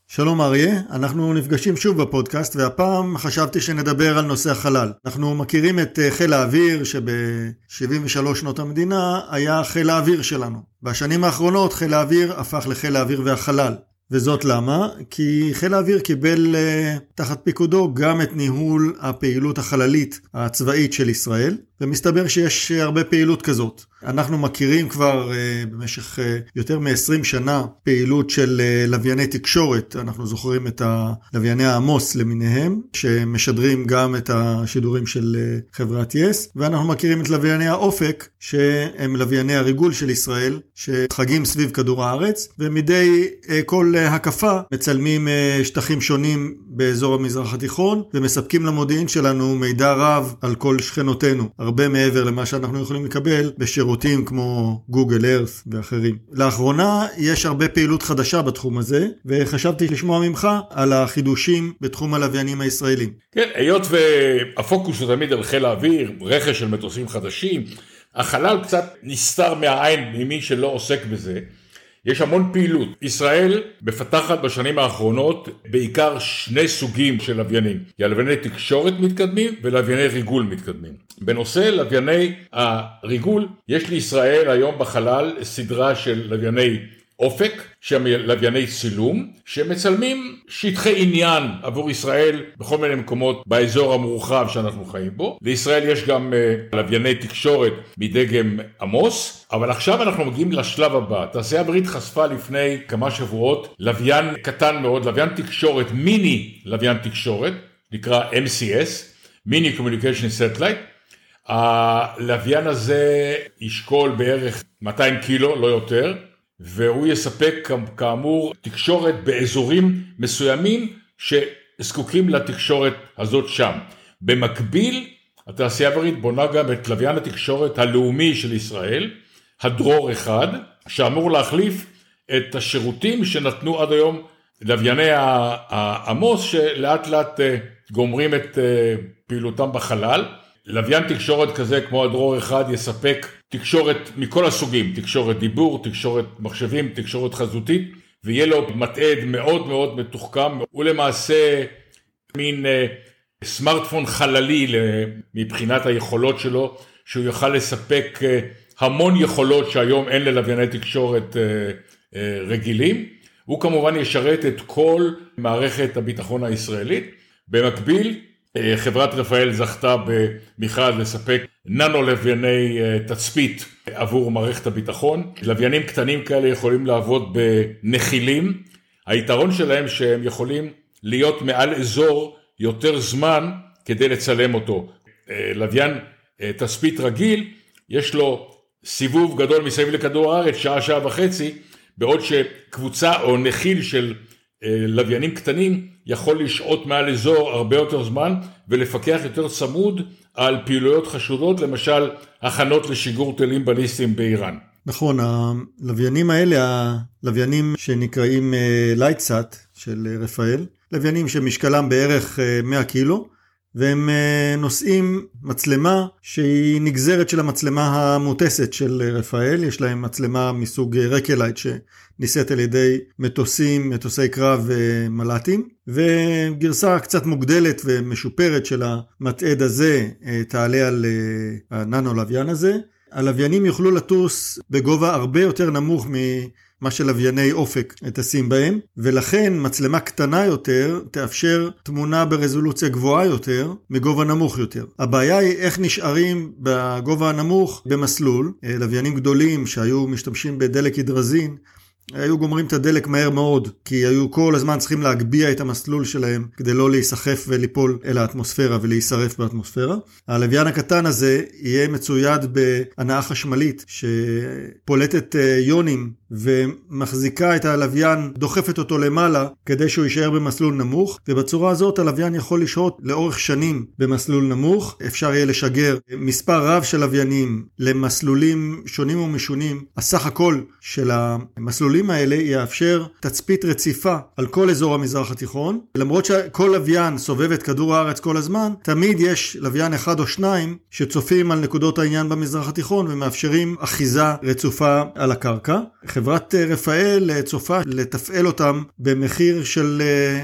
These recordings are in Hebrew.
שלום אריה, אנחנו נפגשים שוב בפודקאסט והפעם חשבתי שנדבר על נושא החלל. אנחנו מכירים את חיל האוויר שב-73 שנות המדינה היה חיל האוויר שלנו. בשנים האחרונות חיל האוויר הפך לחיל האוויר והחלל. וזאת למה? כי חיל האוויר קיבל תחת פיקודו גם את ניהול הפעילות החללית הצבאית של ישראל, ומסתבר שיש הרבה פעילות כזאת. אנחנו מכירים כבר במשך יותר מ-20 שנה פעילות של לווייני תקשורת. אנחנו זוכרים את לווייני העמוס למיניהם, שמשדרים גם את השידורים של חברת יס, ואנחנו מכירים את לווייני האופק, שהם לווייני הריגול של ישראל, שחגים סביב כדור הארץ, ומדי כל הקפה מצלמים שטחים שונים באזור המזרח התיכון, ומספקים למודיעין שלנו מידע רב על כל שכנותינו, הרבה מעבר למה שאנחנו יכולים לקבל בשירותים כמו גוגל ארת' ואחרים. לאחרונה יש הרבה פעילות חדשה בתחום הזה, וחשבתי לשמוע ממך על החידושים בתחום הלוויינים הישראלים. כן, היות והפוקוס הוא תמיד על חיל האוויר, רכש של מטוסים חדשים, החלל קצת נסתר מהעין ממי שלא עוסק בזה. יש המון פעילות. ישראל מפתחת בשנים האחרונות בעיקר שני סוגים של לוויינים. לווייני תקשורת מתקדמים ולווייני ריגול מתקדמים. בנושא לווייני הריגול, יש לישראל היום בחלל סדרה של לווייני אופק, שהם לווייני צילום, שמצלמים שטחי עניין עבור ישראל בכל מיני מקומות באזור המורחב שאנחנו חיים בו. לישראל יש גם לווייני תקשורת מדגם עמוס, אבל עכשיו אנחנו מגיעים לשלב הבא. התעשייה האווירית חשפה לפני כמה שבועות לוויין קטן מאוד, לוויין תקשורת, מיני לוויין תקשורת, נקרא MCS, מיני Communication Satellite. הלוויין הזה ישקול בערך 200 קילו, לא יותר, והוא יספק כאמור תקשורת באזורים מסוימים שזקוקים לתקשורת הזאת שם. במקביל, התעשייה האווירית בונה גם את לוויין התקשורת הלאומי של ישראל, הדרור 1, שאמור להחליף את השירותים שנתנו עד היום לווייני העמוס, שלאט לאט גומרים את פעילותם בחלל. לוויין תקשורת כזה כמו הדרור 1 יספק תקשורת מכל הסוגים, תקשורת דיבור, תקשורת מחשבים, תקשורת חזותית, ויהיה לו מתעד מאוד מאוד מתוחכם. הוא למעשה מין סמארטפון חללי מבחינת היכולות שלו, שהוא יוכל לספק המון יכולות שהיום אין ללווייני תקשורת רגילים. הוא כמובן ישרת את כל מערכת הביטחון הישראלית. במקביל, חברת רפאל זכתה במכרז לספק ננו לווייני תצפית עבור מערכת הביטחון. לוויינים קטנים כאלה יכולים לעבוד בנחילים. היתרון שלהם שהם יכולים להיות מעל אזור יותר זמן כדי לצלם אותו. לוויין תצפית רגיל יש לו סיבוב גדול מסביב לכדור הארץ, שעה וחצי, בעוד שקבוצה או נחיל של לוויינים קטנים יכול לשעות מעל אזור הרבה יותר זמן ולפקח יותר צמוד על פעילויות חשודות, למשל הכנות לשיגור טילים בליסטיים באיראן. נכון, הלוויינים האלה, הלוויינים שנקראים לייטסאט של רפאל, לוויינים שמשקלם בערך 100 קילו, והם נושאים מצלמה שהיא נגזרת של המצלמה המוטסת של רפאל. יש להם מצלמה מסוג רקלייט שניסית על ידי מטוסי קרב ומל"טים, וגרסה קצת מוגדלת ומשופרת של המתעד הזה תעלה על הננו לוויין הזה. הלוויינים יוכלו לטוס בגובה הרבה יותר נמוך מה שלווייני אופק תשים בהם, ולכן מצלמה קטנה יותר תאפשר תמונה ברזולוציה גבוהה יותר מגובה נמוך יותר. הבעיה היא איך נשארים בגובה הנמוך במסלול. לוויינים גדולים שהיו משתמשים בדלק הידרזין היו גומרים את הדלק מהר מאוד, כי היו כל הזמן צריכים להגביע את המסלול שלהם כדי לא להיסחף וליפול אל האטמוספירה ולהישרף באטמוספירה. הלוויין הקטן הזה יהיה מצויד בהנעה חשמלית שפולטת יונים ומחזיקה את הלוויין, דוחפת אותו למעלה כדי שהוא יישאר במסלול נמוך, ובצורה הזאת הלוויין יכול לשהות לאורך שנים במסלול נמוך. אפשר יהיה לשגר מספר רב של לוויינים למסלולים שונים ומשונים. הסך הכל של המסלולים האלה יאפשר תצפית רציפה על כל אזור המזרח התיכון. למרות שכל לוויין סובב את כדור הארץ כל הזמן, תמיד יש לוויין אחד או שניים שצופים על נקודות העניין במזרח התיכון ומאפשרים אחיזה רצופה על הקרקע. חברת רפאל צופה לתפעל אותם במחיר של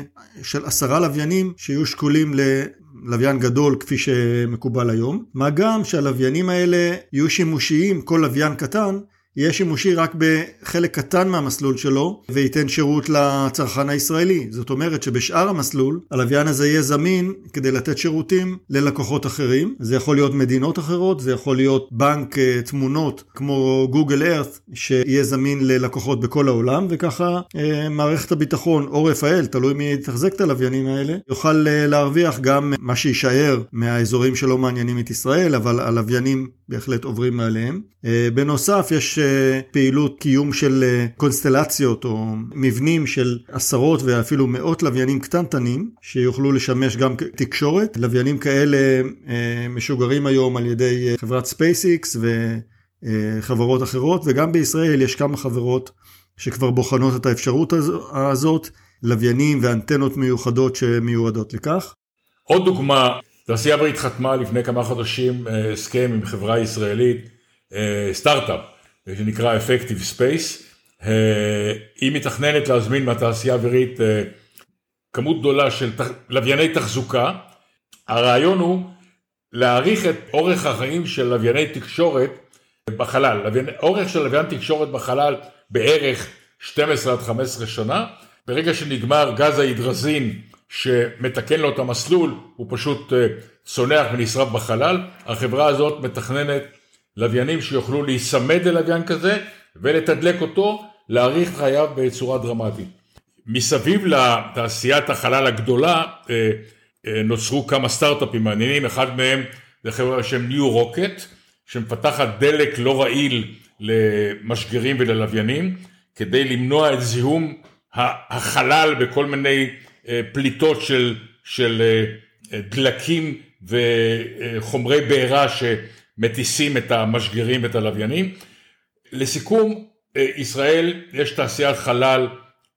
10 לוויינים שיהיו שקולים ללוויין גדול כפי שמקובל היום. מה גם שהלוויינים האלה יהיו שימושיים, כל לוויין קטן יהיה שימושי רק בחלק קטן מהמסלול שלו, וייתן שירות לצרכן הישראלי. זאת אומרת שבשאר המסלול, הלוויין הזה יהיה זמין כדי לתת שירותים ללקוחות אחרים. זה יכול להיות מדינות אחרות, זה יכול להיות בנק תמונות כמו גוגל ארת, שיהיה זמין ללקוחות בכל העולם, וככה מערכת הביטחון או רפאל, תלוי מי יתחזק את הלוויינים האלה, יוכל להרוויח גם מה שישאר מהאזורים שלא מעניינים את ישראל, אבל הלוויינים בהחלט עוברים מעליהם. בנוסף, יש פעילות קיום של קונסטלציות או מבנים של עשרות ואפילו מאות לוויינים קטנטנים שיוכלו לשמש גם תקשורת. לוויינים כאלה משוגרים היום על ידי חברת SpaceX וחברות אחרות, וגם בישראל יש כמה חברות שכבר בוחנות את האפשרות הזאת, לוויינים ואנטנות מיוחדות שמיועדות לכך. עוד דוגמה, תעשייה אווירית חתמה לפני כמה חודשים הסכם עם חברה ישראלית, סטארט-אפ, שנקרא Effective Space. היא מתכננת להזמין מהתעשייה האווירית כמות גדולה של לווייני תחזוקה. הרעיון הוא להאריך את אורך החיים של לווייני תקשורת בחלל. אורך של לוויין תקשורת בחלל בערך 12 עד 15 שנה. ברגע שנגמר גז ההידרזין שמתקן לו את המסלול, הוא פשוט צונח ונשרף בחלל. החברה הזאת מתכננת לוויינים שיוכלו להיסמד ללוויין כזה ולתדלק אותו, להאריך חייו בצורה דרמטית. מסביב לתעשיית החלל הגדולה נוצרו כמה סטארט-אפים מעניינים. אחד מהם זה חברה בשם ניו רוקט, שמפתחת דלק לא רעיל למשגרים וללוויינים, כדי למנוע את זיהום החלל בכל מיני פליטות של דלקים וחומרי בעירה שמטיסים את המשגרים ואת הלוויינים. לסיכום, ישראל יש תעשיית חלל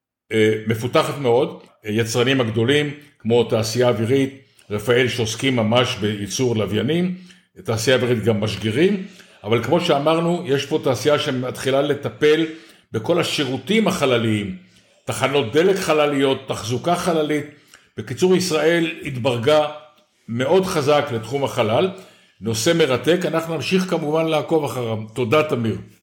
מפותחת מאוד, יצרנים הגדולים כמו תעשייה אווירית, רפאל שעוסקים ממש בייצור לוויינים, תעשייה אווירית גם משגרים, אבל כמו שאמרנו, יש פה תעשייה שמתחילה לטפל בכל השירותים החלליים, תחנות דלק חלליות, תחזוקה חללית. בקיצור, ישראל התברגה מאוד חזק לתחום החלל, נושא מרתק, אנחנו נמשיך כמובן לעקוב אחריו. תודה תמיר.